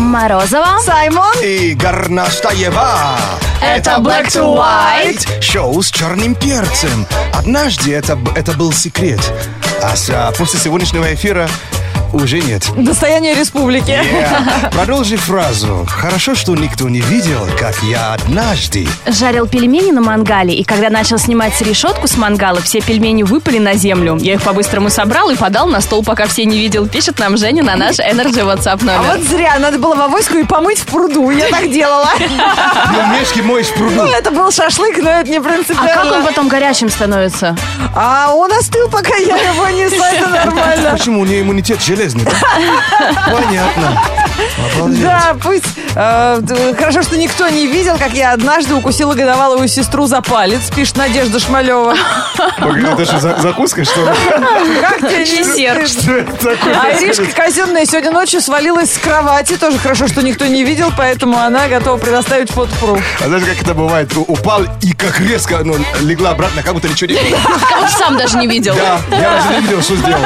Морозова, Саймон и Горностаева. Это Black to White. Шоу с черным перцем. Однажды это был секрет. А после сегодняшнего эфира уже нет. Достояние республики. Продолжи фразу. Хорошо, что никто не видел, как я однажды жарил пельмени на мангале, и когда начал снимать решетку с мангала, все пельмени выпали на землю. Я их по-быстрому собрал и подал на стол, пока все не видел. Пишет нам Женя на наш Energy WhatsApp номер. А вот зря, надо было в авоську и помыть в пруду. Я так делала. Мешки моешь в пруду. Ну, это был шашлык, но это не А принципиально. как он потом горячим становится? А он остыл, пока я его несла, это нормально. Почему у нее иммунитет железный? Да? Понятно. Обалдеть. Да, пусть. Хорошо, что никто не видел, как я однажды укусила годовалую сестру за палец, пишет Надежда Шмалева. Это же закуска, что ли? Как тебе не Десерт. Что это такое? А Иришка Казенная сегодня ночью свалилась с кровати. Тоже хорошо, что никто не видел, поэтому она готова предоставить фотопруф. А знаешь, как это бывает? Упал и как резко легла обратно, как будто ничего не было. Как будто сам даже не видел. Да, я даже не видел, что сделал.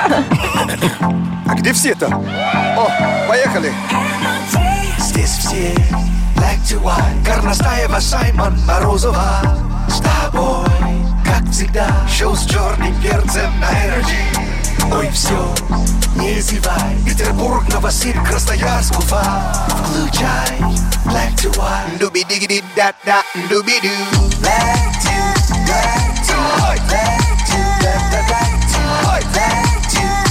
А где все-то? О, поехали. Здесь все Black to White. Горностаева, Саймон, Морозова. С тобой, как всегда, шоу с черным перцем на Energy. Ой, все, не зевай. Петербург, Новосиб, Красноярск, Уфа. Включай Black to White. Дуби-диги-ди-да-да, дуби-ду. Black to White. Black to Black to White. Black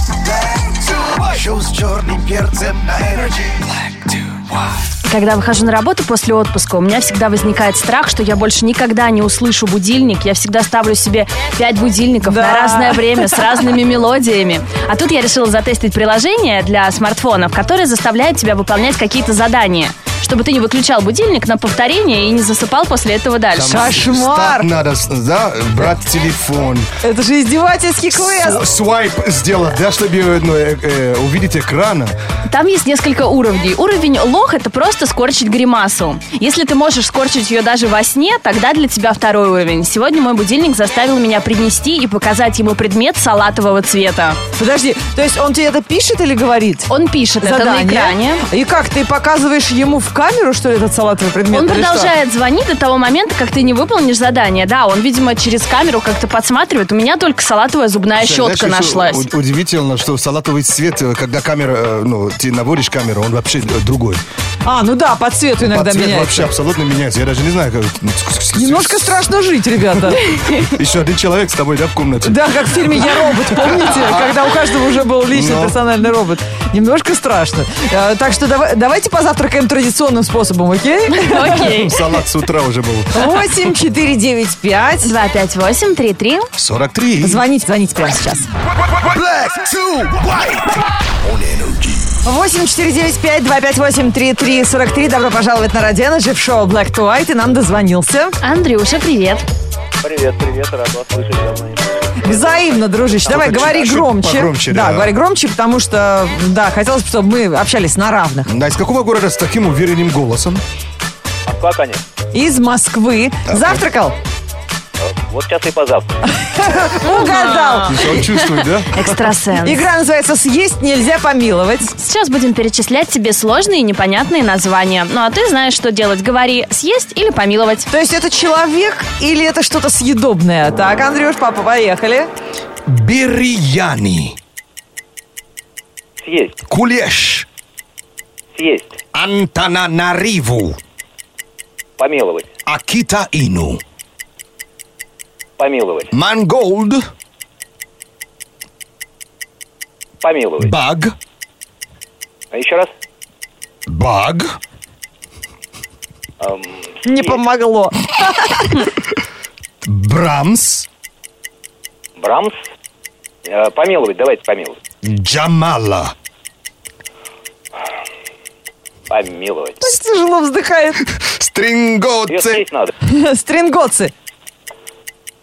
to White. Шоу с черным перцем на Energy. Black to White. Когда выхожу на работу после отпуска, у меня всегда возникает страх, что я больше никогда не услышу будильник. Я всегда ставлю себе 5 будильников на разное время с разными мелодиями. А тут я решила затестить приложение для смартфонов, которое заставляет тебя выполнять какие-то задания, чтобы ты не выключал будильник на повторение и не засыпал после этого дальше. Кошмар! Надо, да, брать телефон. Это же издевательский квест. Свайп сделать, да, чтобы увидеть экран. Там есть несколько уровней. Уровень лох — это просто скорчить гримасу. Если ты можешь скорчить ее даже во сне, тогда для тебя второй уровень. Сегодня мой будильник заставил меня принести и показать ему предмет салатового цвета. Подожди, то есть он тебе это пишет или говорит? Он пишет это на экране. И как, ты показываешь ему в камеру, что ли, этот салатовый предмет? Он или продолжает звонить до того момента, как ты не выполнишь задание. Да, он, видимо, через камеру как-то подсматривает. У меня только салатовая зубная щетка Знаешь, нашлась. Удивительно, что салатовый цвет, когда камера, ты наводишь камеру, он вообще другой. А, ну да, по цвету иногда Цвет меняется. вообще абсолютно меняется. Я даже не знаю, как... Немножко страшно жить, ребята. Еще один человек с тобой, да, в комнате? Да, как в фильме «Я робот», помните? Когда у каждого уже был личный персональный робот. Немножко страшно. Так что давайте позавтракаем традиционным способом, окей? Окей. Салат с утра уже был. 8 4 9 5 258 33. 43. Звоните прямо сейчас. Black to White. On Energy. 8-495-258-3343. Добро пожаловать на Радио Energy в шоу Black to White. И нам дозвонился. Андрюша, привет. Привет, рад вас слышать давно. Взаимно, дружище. Давай, говори чуть громче. погромче, да, да. говори громче, потому что, да, хотелось бы, чтобы мы общались на равных. Да, из какого города с таким уверенным голосом? Москва, конечно. Из Москвы. Завтракал? Вот сейчас и позавтракал. Угадал. Он чувствует, да? Экстрасенс. Игра называется «Съесть нельзя помиловать». Сейчас будем перечислять тебе сложные и непонятные названия. Ну а ты знаешь, что делать. Говори, съесть или помиловать. То есть это человек или это что-то съедобное? Так, Андрюш, папа, поехали. Бирияни. Съесть, Кулеш. съесть, Антананариву. помиловать, Акитаину. помиловать, Манголд. помиловать. Баг. А еще раз? Баг. Не помогло. Брамс. Брамс. Помиловать, давайте помиловать. Джамала. Помиловать. Тяжело вздыхает. Ее Стрингоце. съесть надо. Стрингоцы.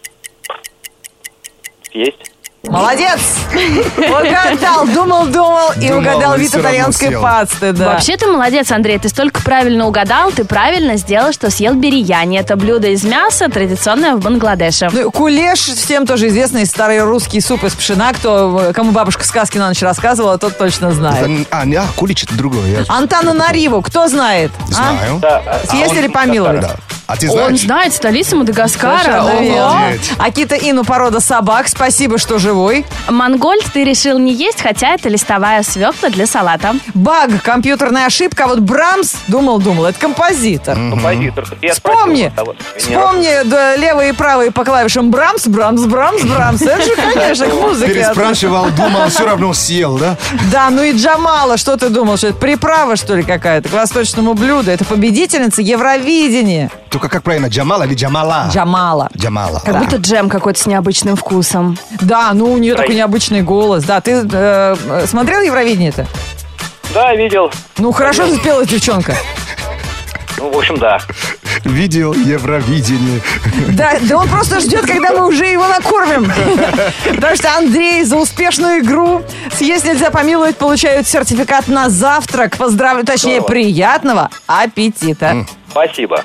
Съесть. Молодец! Угадал, думал и Думал, угадал и вид всё равно итальянской съел. пасты, да. Вообще ты молодец, Андрей, ты столько правильно угадал, ты правильно сделал, что съел бирияни. Это блюдо из мяса, традиционное в Бангладеше. Ну, кулеш, всем тоже известный старый русский суп из пшена. Кому бабушка сказки на ночь рассказывала, тот точно знает. Кулич это другое. Антананариву, кто знает? Знаю. Съесть или помиловать? Да. А ты Он знаешь? знает столицу Мадагаскара. Совершенно Ого. верно. Молодец. Акита Ину, порода собак. Спасибо, что живой. Мангольд ты решил не есть, хотя это листовая свекла для салата. Баг, компьютерная ошибка. А вот Брамс думал. Это композитор. Композитор. Я Вспомни, спросил, да, левые и правые по клавишам Брамс. Это же, конечно, к музыке. Переспрашивал, думал, все равно съел, да? Да, ну и Джамала, что ты думал, что это приправа, что ли, какая-то к восточному блюду? Это победительница Евровидения. Только как правильно, Джамала или Джамала? Джамала. Джамала. Как будто джем какой-то с необычным вкусом. Да, ну у нее такой необычный голос. Да, ты смотрел Евровидение-то? Да, видел. Ну, хорошо ты спела, девчонка. Ну, в общем, да. Видео Евровидение. Да он просто ждет, когда мы уже его накормим. Потому что Андрей за успешную игру «Съесть нельзя помиловать» получают сертификат на завтрак. Поздравляю, точнее, Здорово. приятного аппетита. Спасибо.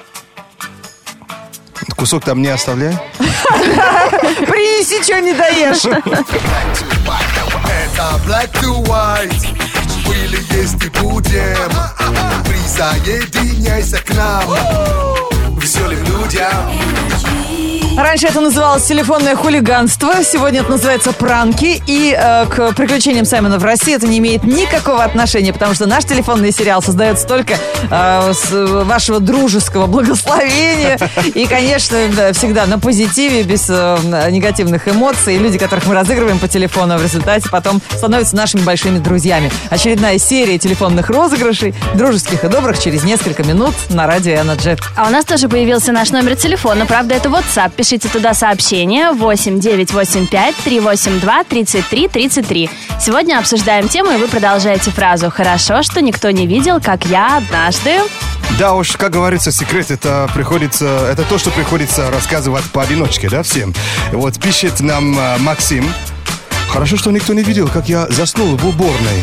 Кусок там не оставляй. Принеси, что не доешь. Это black to white. Были, есть и будем. Присоединяйся к нам. Веселым людям. Раньше это называлось телефонное хулиганство, сегодня это называется пранки. И к приключениям Саймона в России это не имеет никакого отношения, потому что наш телефонный сериал создается только с вашего дружеского благословения. И, конечно, да, всегда на позитиве, без негативных эмоций. И люди, которых мы разыгрываем по телефону, в результате потом становятся нашими большими друзьями. Очередная серия телефонных розыгрышей, дружеских и добрых, через несколько минут на радио Energy. А у нас тоже появился наш номер телефона. Правда, это WhatsApp. Пишите туда сообщение 8-985-382-33-33. Сегодня обсуждаем тему, и вы продолжаете фразу «Хорошо, что никто не видел, как я однажды». Да уж, как говорится, секрет это то, что приходится рассказывать поодиночке, да, всем. Вот пишет нам Максим. Хорошо, что никто не видел, как я заснул в уборной.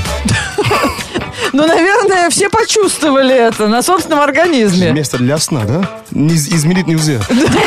Ну, наверное, все почувствовали это на собственном организме. Место для сна, да? Изменить нельзя.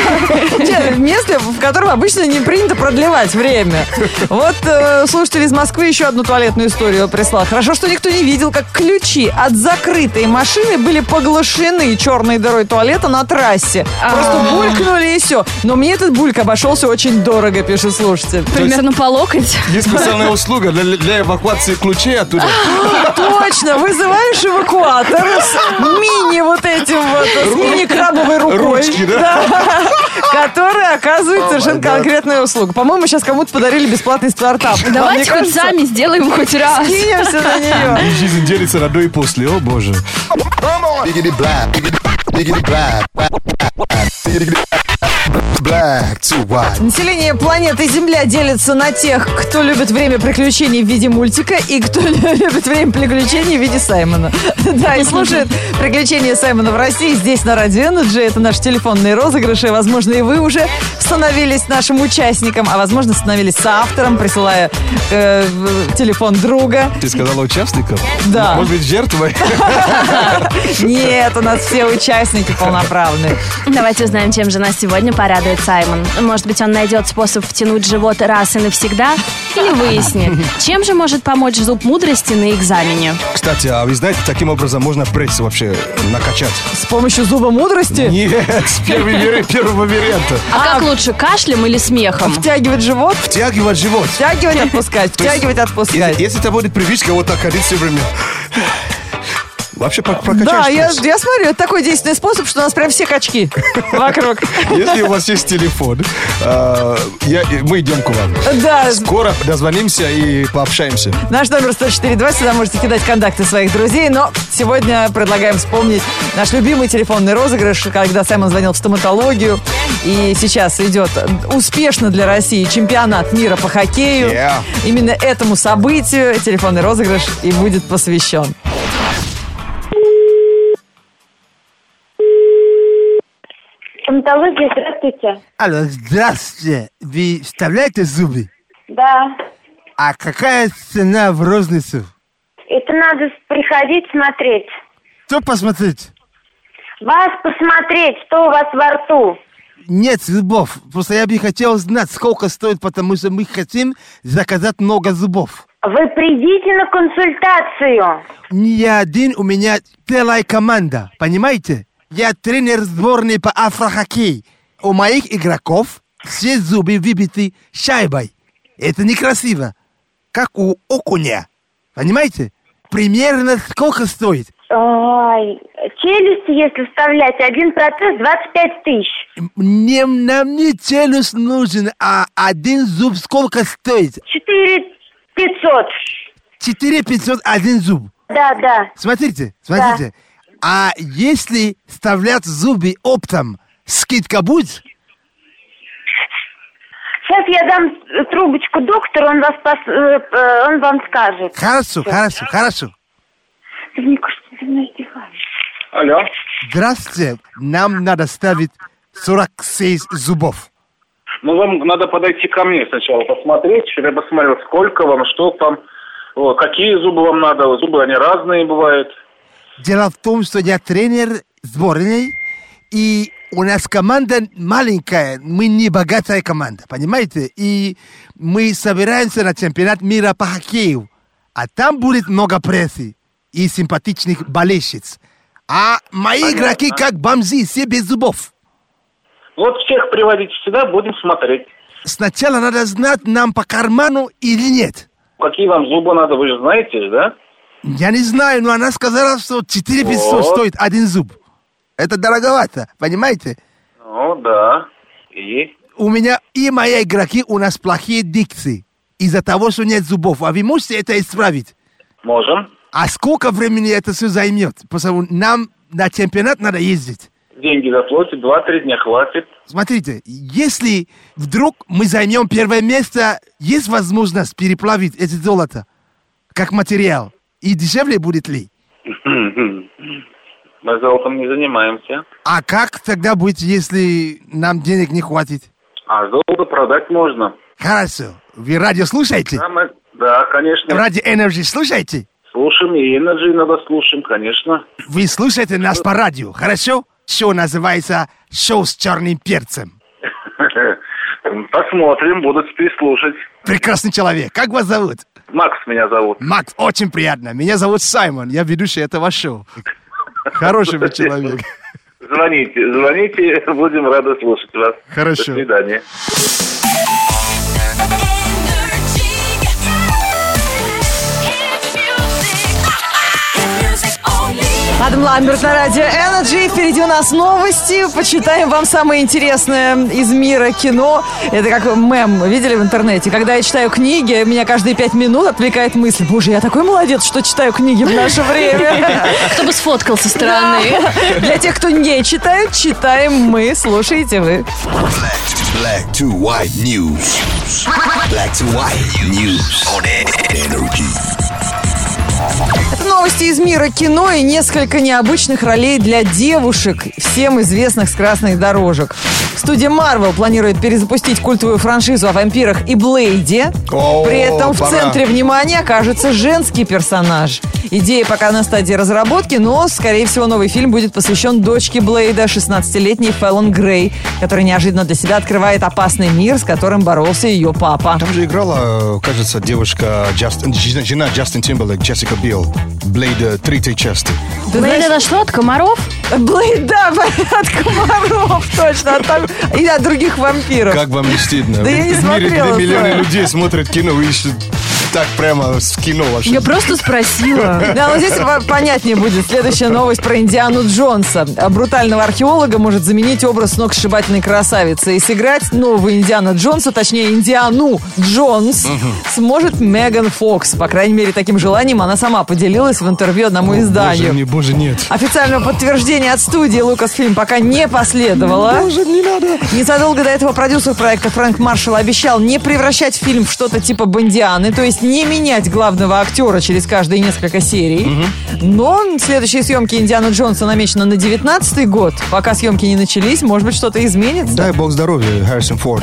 Место, в котором обычно не принято продлевать время. Вот слушатель из Москвы еще одну туалетную историю прислал. Хорошо, что никто не видел, как ключи от закрытой машины были поглощены черной дырой туалета на трассе. Просто булькнули и все. Но мне этот бульк обошелся очень дорого, пишет слушатель. Примерно по локоть. Есть специальная услуга для эвакуации ключей оттуда. Точно, вызываешь эвакуатор с мини вот этим вот, с мини-крабовой рукой. Ручки, да? Которая оказывает совершенно конкретную услугу. По-моему, сейчас кому-то подарили бесплатный стартап. Давайте Мне хоть кажется, сами сделаем хоть раз. кинемся на нее. И жизнь делится на до и после, о боже. Diggity black. Diggity black. Diggity black to white. Население планеты Земля делится на тех, кто любит время приключений в виде мультика, и кто любит время приключений в виде Саймона. Да, и слушает приключения Саймона в России здесь на Радио Energy. Это наши телефонные розыгрыши. Возможно, и вы уже становились нашим участником, а возможно, становились соавтором, присылая телефон друга. Ты сказала участникам? Да. Может быть, жертвой? Нет, у нас все участники полноправные. Давайте узнаем, чем же нас сегодня порадует Саймон. Может быть, он найдет способ втянуть живот раз и навсегда? Или выяснит, чем же может помочь зуб мудрости на экзамене? Кстати, а вы знаете, таким образом можно пресс вообще накачать? С помощью зуба мудрости Нет, с первого варианта. А как лучше, кашлем или смехом? втягивать живот, Втягивать живот. втягивать, отпускать, То есть, втягивать, отпускать. Если это будет привычка вот так ходить все время. Вообще прокачаешь Да, я пресс. смотрю, это такой действенный способ, что у нас прям все качки вокруг. Если у вас есть телефон, мы идем к вам. Да, Скоро дозвонимся и пообщаемся. наш номер 104.2, сюда можете кидать контакты своих друзей, но сегодня предлагаем вспомнить наш любимый телефонный розыгрыш, когда Саймон звонил в стоматологию, и сейчас идет успешно для России чемпионат мира по хоккею. Yeah. Именно этому событию телефонный розыгрыш и будет посвящен. Стоматология, здравствуйте. Алло, здравствуйте. Вы вставляете зубы? Да, А какая цена в розницу? Это надо приходить смотреть. Что посмотреть? Вас посмотреть, что у вас во рту. Нет зубов. Просто я бы хотел знать, сколько стоит, потому что мы хотим заказать много зубов. Вы придите на консультацию. Не я один, у меня целая команда, понимаете? Я тренер сборной по афрохоккею. У моих игроков все зубы выбиты шайбой. Это некрасиво. Как у окуня. Понимаете? Примерно сколько стоит? Ой, челюсти, если вставлять, 1 процесс 25 тысяч. Нам не челюсть нужен, а один зуб сколько стоит? 4500. 4500 один зуб. Да. Смотрите. А если вставлять зубы оптом, скидка будет? Сейчас я дам трубочку доктору, он вам скажет. Хорошо. Ты мне кажется, ты меня издеваешься. Алло. Здравствуйте. Нам надо ставить 46 зубов. Ну, вам надо подойти ко мне сначала, посмотреть, чтобы я посмотрел, сколько вам, что там, какие зубы вам надо. Зубы, они разные бывают. Дело в том, что я тренер сборной, и у нас команда маленькая, мы не богатая команда, понимаете? И мы собираемся на чемпионат мира по хоккею, а там будет много прессы и симпатичных болельщиц. А мои игроки как бомжи, все без зубов. Вот всех приводите сюда, будем смотреть. Сначала надо знать, нам по карману или нет. Какие вам зубы надо, вы же знаете, да? Я не знаю, но она сказала, что 4500 стоит один зуб. Это дороговато, понимаете? Ну, да. И? У меня и мои игроки, у нас плохие дикции. Из-за того, что нет зубов. А вы можете это исправить? Можем. А сколько времени это все займет? Потому что нам на чемпионат надо ездить. Деньги заплатить, 2-3 дня хватит. Смотрите, если вдруг мы займем первое место, есть возможность переплавить это золото как материал? И дешевле будет ли? Мы золотом не занимаемся. А как тогда будет, если нам денег не хватит? А золото продать можно. Хорошо. Вы радио слушаете? Да, конечно. Радио Energy слушаете? Слушаем, и Energy надо слушаем, конечно. Вы слушаете нас по радио, хорошо? Шоу называется «Шоу с черным перцем». Посмотрим, будут прислушать. Прекрасный человек. Как вас зовут? Макс меня зовут. Макс, очень приятно. Меня зовут Саймон, я ведущий этого шоу. Хороший вы человек. Звоните, будем рады слушать вас. Хорошо. До свидания. Адам Ламберт на радио Energy. Впереди у нас новости. Почитаем вам самое интересное из мира кино. Это как мем, видели в интернете? Когда я читаю книги, меня каждые 5 минут отвлекает мысль: боже, я такой молодец, что читаю книги в наше время. Кто бы сфоткал со стороны. Для тех, кто не читает, читаем мы. Слушаете вы. Black to white news. Black to white news on Energy. Это новости из мира кино и несколько необычных ролей для девушек, всем известных с красных дорожек. Студия Marvel планирует перезапустить культовую франшизу о вампирах и Блейде. При этом в центре внимания окажется женский персонаж. Идея пока на стадии разработки, но, скорее всего, новый фильм будет посвящен дочке Блейда, 16-летней Фэллон Грей, которая неожиданно для себя открывает опасный мир, с которым боролся ее папа. Там же играла, кажется, девушка, жена Джастин Тимберлейк, Джессика Билл. Блейд 3-й части. Блейд это что, от комаров? Блейд, да, от комаров, точно, и от других вампиров. Как вам не стыдно? Да я не смотрела. В мире, где миллионы людей смотрят кино, вы еще так прямо в кино вообще. Я просто спросила. Да, но здесь понятнее будет. Следующая новость про Индиану Джонса. Брутального археолога может заменить образ сногсшибательной красавицы. И сыграть нового Индиана Джонса, точнее Индиану Джонс, сможет Меган Фокс. По крайней мере, таким желанием она сама поделилась в интервью одному изданию. Боже, нет. Официального подтверждения от студии Lucasfilm пока не последовало. Боже, не надо. Незадолго до этого продюсер проекта Фрэнк Маршалл обещал не превращать фильм в что-то типа Бондианы, то есть есть не менять главного актера через каждые несколько серий. Но следующие съемки Индиана Джонса намечены на 19-й год. Пока съемки не начались, может быть, что-то изменится. Дай бог здоровья, Харрисон Форд.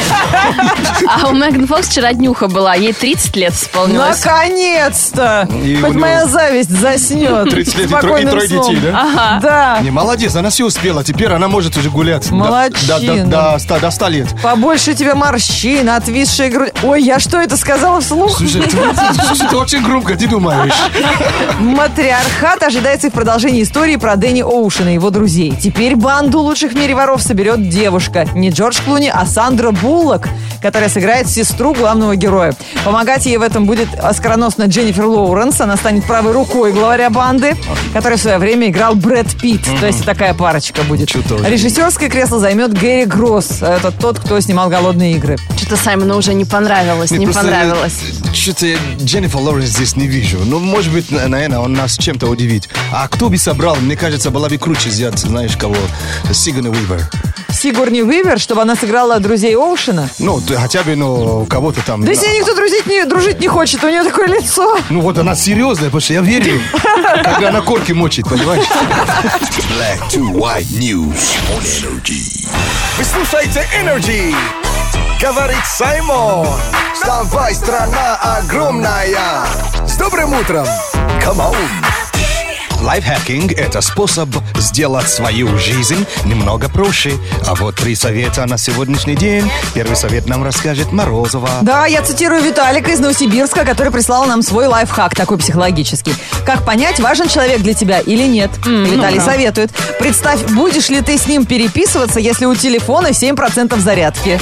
А у Меган Фокс вчера днюха была, ей 30 лет исполнилось. Наконец-то! И Хоть у него моя зависть заснет. 30 лет и спокойным трое детей, сном. да? Ага. Да. Не, молодец, она все успела. Теперь она может уже гулять. Молодчина. До 100 лет. Побольше тебе морщин, отвисшая грудь. Ой, я что это сказала вслух? Слушай, ты очень громко, ты думаешь? Матриархат ожидается и в продолжении истории про Дэнни Оушена и его друзей. Теперь банду лучших в мире воров соберет девушка. Не Джордж Клуни, а Сандра Буллок, которая сыграет сестру главного героя. Помогать ей в этом будет оскароносная Дженнифер Лоуренс. Она станет правой рукой главаря банды, который в свое время играл Брэд Питт. То есть такая парочка будет. Режиссерское кресло займет Гэри Гросс. Это тот, кто снимал «Голодные игры». Что-то Саймону уже не понравилось, не понравилось. Что-то я Дженнифер Лоуренс здесь не вижу. Ну, может быть, наверное, он нас чем-то удивит. А кто бы собрал? Мне кажется, была бы круче взять, знаешь, кого? Сигурни Уивер. Сигурни Уивер, чтобы она сыграла друзей Оушена? Ну, хотя бы, ну, кого-то там. Да с ней никто дружить не хочет, у нее такое лицо. Ну, вот она серьезная, потому что я верю, когда она корки мочит, понимаешь? Black to white news on Energy. Вы слушаете Energy. Говорит Саймон. Вставай, страна огромная. С добрым утром. Come on. Лайфхакинг – это способ сделать свою жизнь немного проще. А вот 3 совета на сегодняшний день. Первый совет нам расскажет Морозова. Да, я цитирую Виталика из Новосибирска, который прислал нам свой лайфхак, такой психологический. Как понять, важен человек для тебя или нет? Виталий советует. Представь, будешь ли ты с ним переписываться, если у телефона 7% зарядки?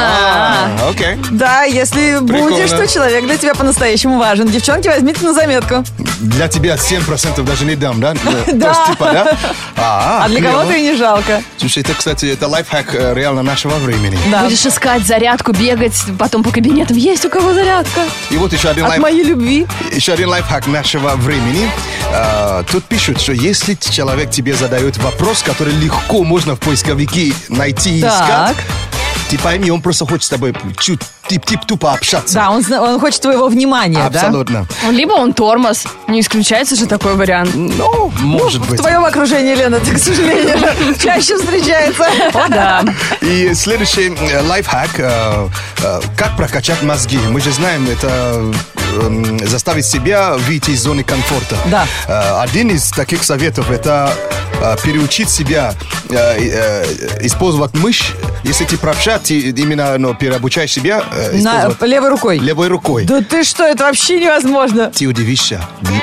Окей. Да, если Прикольно. будешь, то человек для тебя по-настоящему важен. Девчонки, возьмите на заметку. Для тебя 7% даже не дам, да? Да. То есть, типа, да? А для клево. кого-то и не жалко. Слушай, это, кстати, это лайфхак реально нашего времени. Да. Будешь искать зарядку, бегать потом по кабинетам. Есть у кого зарядка? И вот еще один От моей любви. лайфхак нашего времени. Тут пишут, что если человек тебе задает вопрос, который легко можно в поисковике найти и искать, ты пойми, он просто хочет с тобой тупо общаться. Да, он хочет твоего внимания, Абсолютно. Либо он тормоз. Не исключается же такой вариант. Ну, может да? быть. В твоем окружении, Лена, это, к сожалению, чаще встречается. О, да. И следующий лайфхак. Как прокачать мозги? Мы же знаем, это заставить себя выйти из зоны комфорта. Да. Один из таких советов – это переучить себя использовать мышь. Если ты правша, ты именно переобучаешь себя Левой рукой. левой рукой. Да ты что, это вообще невозможно. Ты удивишься.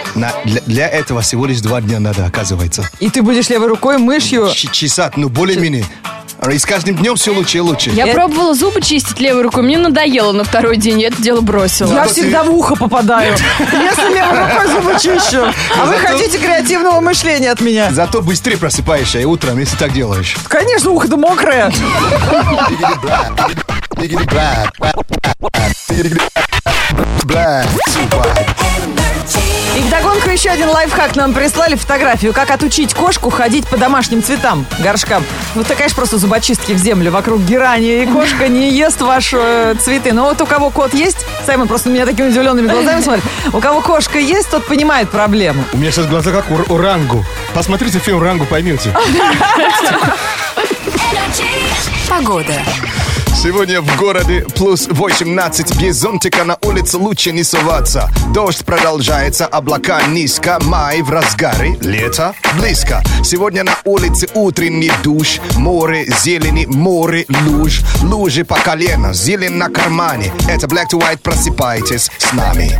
Для этого всего лишь 2 дня надо, оказывается. И ты будешь левой рукой мышью. Чесать, ну, более-менее. И с каждым днем все лучше и лучше. Я пробовала зубы чистить левой рукой. Мне надоело на 2-й день. Я это дело бросила. Я всегда в ухо попадаю, если левой рукой зубы чищу. А вы хотите креативного мышления от меня? Зато быстрее просыпаешься и утром, если так делаешь. Конечно, ухо-то мокрое. Black to white. И вдогонку еще один лайфхак нам прислали фотографию. Как отучить кошку ходить по домашним цветам, горшкам. Вот ты, конечно, просто зубочистки в землю вокруг герани, и кошка не ест ваши цветы. Но вот у кого кот есть, Саймон просто на меня такими удивленными глазами смотрит. У кого кошка есть, тот понимает проблему. У меня сейчас глаза как у Рангу. Посмотрите фильм «Рангу», поймете. Погода. Сегодня в городе плюс 18, без зонтика на улице лучше не соваться. Дождь продолжается, облака низко, май в разгаре, лето близко. Сегодня на улице утренний душ, море зелени, море луж, лужи по колено, зелень на кармане. Это Black to White, просыпайтесь с нами.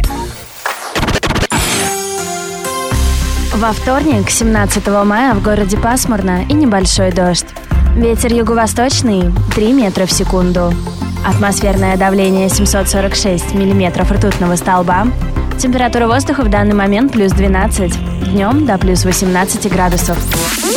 Во вторник, 17 мая, в городе пасмурно и небольшой дождь. Ветер юго-восточный 3 метра в секунду. Атмосферное давление 746 миллиметров ртутного столба. Температура воздуха в данный момент плюс 12. Днем до плюс 18 градусов.